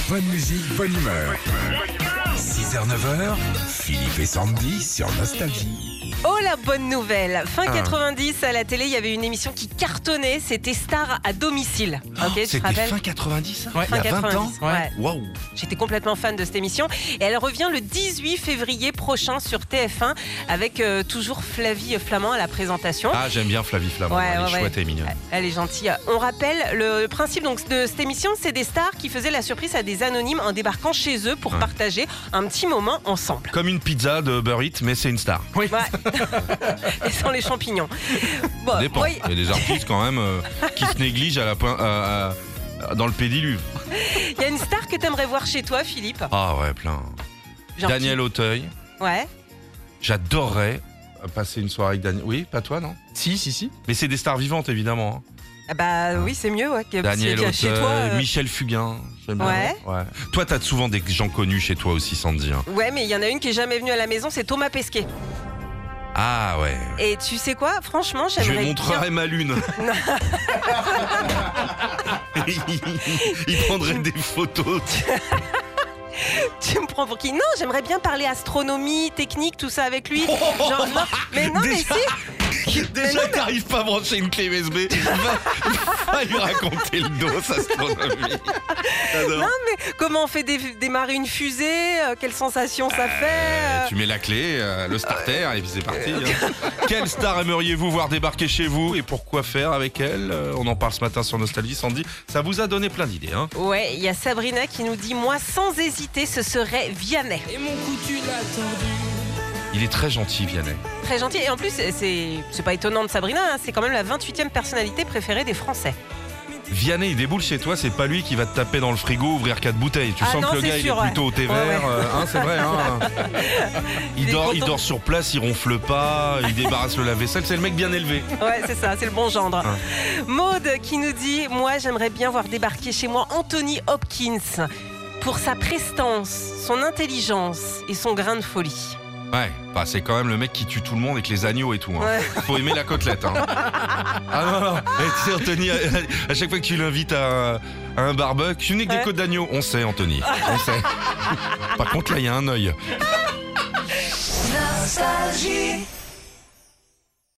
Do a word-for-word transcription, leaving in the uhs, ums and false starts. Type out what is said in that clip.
Bonne musique, bonne humeur. six heures neuf heures, Philippe et Sandy sur Nostalgie. Oh la bonne nouvelle. Fin quatre-vingt-dix, à la télé, il y avait une émission qui cartonnait, c'était Star à domicile. Oh, Ok, tu te c'était rappelles fin quatre-vingt-dix, Ouais, il y a vingt ans. quatre-vingt-dix, ouais. Waouh. J'étais complètement fan de cette émission et elle revient le dix-huit février prochain sur T F un avec euh, toujours Flavie Flamand à la présentation. Ah, j'aime bien Flavie Flamand, Ouais, elle est ouais, chouette ouais. et mignonne. Elle est gentille. On rappelle le principe donc de cette émission, c'est des stars qui faisaient la surprise à des anonymes en débarquant chez eux pour Ouais. partager un petit moment ensemble. Comme une pizza de Uber Eats, mais c'est une star. Oui. Ouais. Et sans les champignons. Bon, Ça dépend. oui. Il y a des artistes quand même euh, qui se négligent à la poin- à- à- dans le pédiluve. Il y a une star que t'aimerais voir chez toi, Philippe. Ah ouais, plein. Genre Daniel Auteuil. qui Ouais. J'adorerais passer une soirée avec Daniel. Oui, pas toi, non? Si, si, si. Mais c'est des stars vivantes, évidemment. hein. Ah bah oui, c'est mieux. Ouais, que- Daniel parce que Auteuil, chez toi. euh, Michel Fugain. J'aime bien. Ouais. ouais. Toi, t'as souvent des gens connus chez toi aussi, Sandy. hein. Ouais, mais il y en a une qui est jamais venue à la maison, c'est Thomas Pesquet. Ah ouais. Et tu sais quoi, franchement, Je j'aimerais lui montrerai bien... ma lune. il, il prendrait des photos. Tu me prends pour qui? Non, j'aimerais bien parler astronomie, technique, tout ça avec lui. Genre, non, mais non, mais Déjà- si. Déjà, t'arrives pas à brancher une clé U S B. Il va, il va lui raconter le dos, astronomie. J'adore. Non, mais comment on fait dé- démarrer une fusée? euh, Quelle sensation ça fait? Euh, euh, tu mets la clé, euh, le starter, et puis c'est parti. hein. Quelle star aimeriez-vous voir débarquer chez vous et pourquoi faire avec elle? Euh, On en parle ce matin sur Nostalgie. Sandy, ça vous a donné plein d'idées. Hein. Ouais, il y a Sabrina qui nous dit, moi, sans hésiter, ce serait Vianney. Et mon coup, tu l'as tordu. Il est très gentil, Vianney. Très gentil. Et en plus, c'est c'est pas étonnant de Sabrina, hein, c'est quand même la vingt-huitième personnalité préférée des Français. Vianney, il déboule chez toi, c'est pas lui qui va te taper dans le frigo, ouvrir quatre bouteilles. Tu Ah sens non, que le c'est gars, sûr, il est ouais. plutôt au thé Ouais, vert. ouais. euh, hein, c'est vrai. Hein. Il, Il est dort, il content. dort sur place, il ronfle pas, il débarrasse le lave-vaisselle. C'est le mec bien élevé. Ouais, c'est ça, c'est le bon gendre. Hein. Maude qui nous dit, moi, j'aimerais bien voir débarquer chez moi Anthony Hopkins pour sa prestance, son intelligence et son grain de folie. Ouais, bah, c'est quand même le mec qui tue tout le monde avec les agneaux et tout. Hein. Ouais. Faut aimer la côtelette. Hein. Ah non, non. Eh, tu sais, Anthony, à, à chaque fois que tu l'invites à, à un barbecue, tu n'es que des Ouais. côtes d'agneau. On sait, Anthony. On sait. Par contre, là, il y a un œil. Nostalgie.